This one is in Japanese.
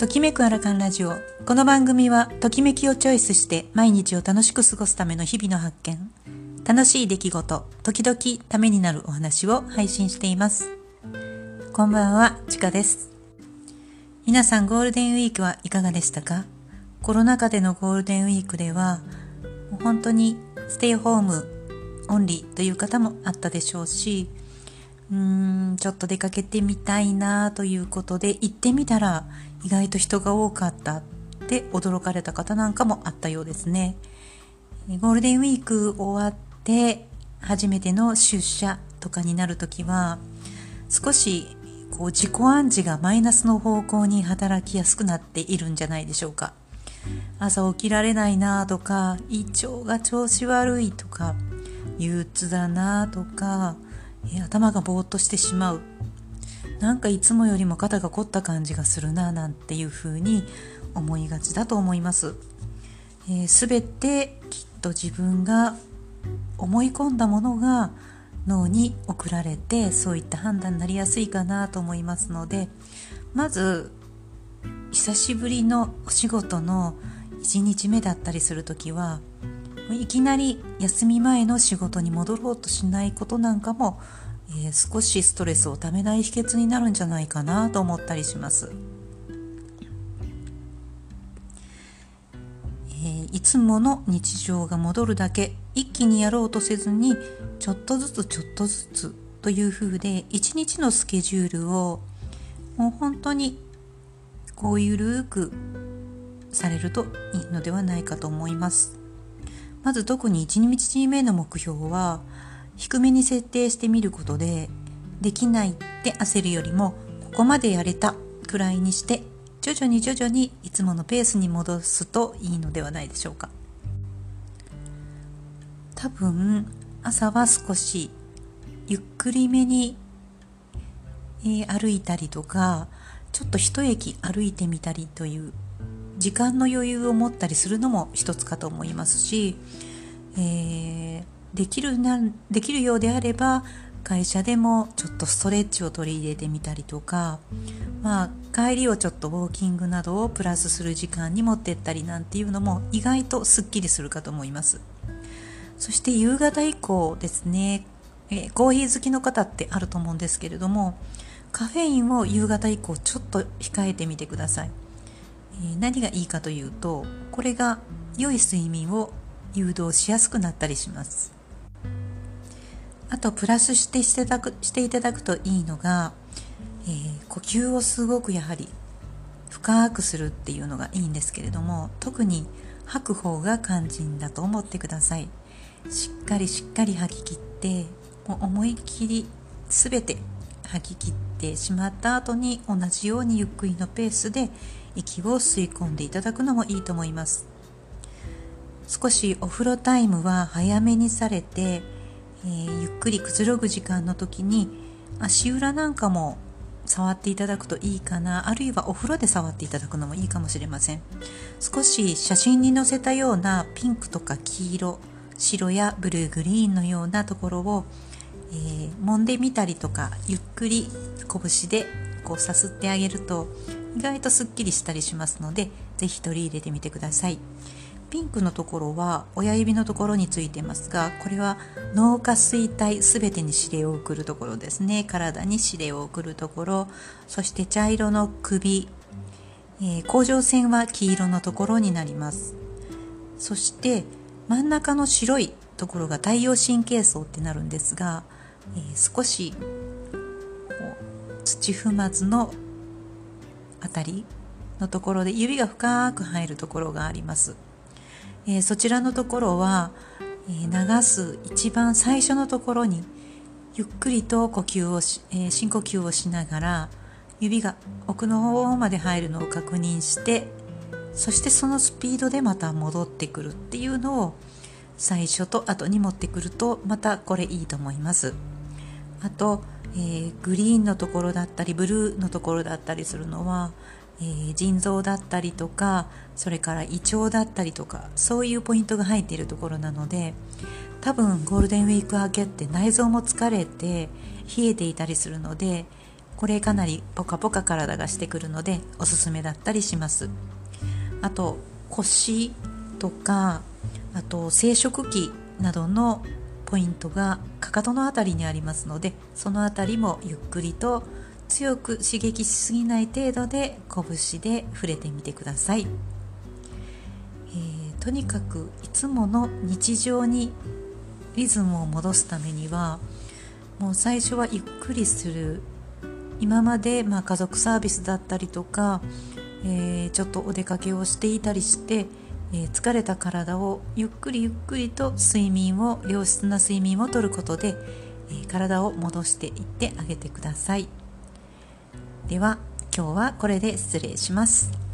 ときめくアラカンラジオ。この番組はときめきをチョイスして毎日を楽しく過ごすための日々の発見、楽しい出来事、時々ためになるお話を配信しています。こんばんは、ちかです。皆さんゴールデンウィークはいかがでしたか？コロナ禍でのゴールデンウィークではもう本当にステイホームオンリーという方もあったでしょうし、ちょっと出かけてみたいなということで行ってみたら意外と人が多かったって驚かれた方なんかもあったようですね。ゴールデンウィーク終わって初めての出社とかになるときは少し自己暗示がマイナスの方向に働きやすくなっているんじゃないでしょうか。朝起きられないなとか、胃腸が調子悪いとか、憂鬱だなとか、頭がぼーっとしてしまう、なんかいつもよりも肩が凝った感じがするななんていう風に思いがちだと思います。すべてきっと自分が思い込んだものが脳に送られて、そういった判断になりやすいかなと思いますので、まず久しぶりのお仕事の1日目だったりするときはいきなり休み前の仕事に戻ろうとしないことなんかも、少しストレスをためない秘訣になるんじゃないかなと思ったりします。いつもの日常が戻るだけ、一気にやろうとせずにちょっとずつちょっとずつという風で一日のスケジュールをもう本当にゆるくされるといいのではないかと思います。まず特に1日目の目標は低めに設定してみることで、できないって焦るよりもここまでやれたくらいにして徐々にいつものペースに戻すといいのではないでしょうか。多分朝は少しゆっくりめに、歩いたりとか、ちょっと一駅歩いてみたりという時間の余裕を持ったりするのも一つかと思いますし、できるようであれば会社でもちょっとストレッチを取り入れてみたりとか、帰りをちょっとウォーキングなどをプラスする時間に持ってったりなんていうのも意外とすっきりするかと思います。そして夕方以降ですね、コーヒー好きの方ってあると思うんですけれども、カフェインを夕方以降ちょっと控えてみてください。何がいいかというと、これが良い睡眠を誘導しやすくなったりします。あとプラスしていただくといいのが、呼吸をすごくやはり深くするっていうのがいいんですけれども、特に吐く方が肝心だと思ってください。しっかり吐き切って、もう思い切りすべて吐き切ってしまった後に同じようにゆっくりのペースで息を吸い込んでいただくのもいいと思います。少しお風呂タイムは早めにされて、ゆっくりくつろぐ時間の時に足裏なんかも触っていただくといいかな、あるいはお風呂で触っていただくのもいいかもしれません。少し写真に載せたようなピンクとか黄色、白やブルーグリーンのようなところを、揉んでみたりとか、ゆっくり拳でさすってあげると意外とすっきりしたりしますので、ぜひ取り入れてみてください。ピンクのところは親指のところについてますが、これは脳下垂体すべてに指令を送るところですね。体に指令を送るところ、そして茶色の首、甲状腺は黄色のところになります。そして真ん中の白いところが太陽神経層ってなるんですが、少し土踏まずのあたりのところで指が深く入るところがあります。そちらのところは、流す一番最初のところにゆっくりと深呼吸をしながら指が奥の方まで入るのを確認して、そしてそのスピードでまた戻ってくるっていうのを最初と後に持ってくるとまたこれいいと思います。あと、グリーンのところだったりブルーのところだったりするのは、腎臓だったりとか、それから胃腸だったりとか、そういうポイントが入っているところなので、多分ゴールデンウィーク明けって内臓も疲れて冷えていたりするので、 これかなりポカポカ体がしてくるのでおすすめだったりします。あと腰とか、あと生殖器などのポイントがかかとのあたりにありますので、そのあたりもゆっくりと強く刺激しすぎない程度で拳で触れてみてください。とにかくいつもの日常にリズムを戻すためには、もう最初はゆっくりする。今まで家族サービスだったりとか、ちょっとお出かけをしていたりして、疲れた体をゆっくりゆっくりと良質な睡眠をとることで、体を戻していってあげてください。では今日はこれで失礼します。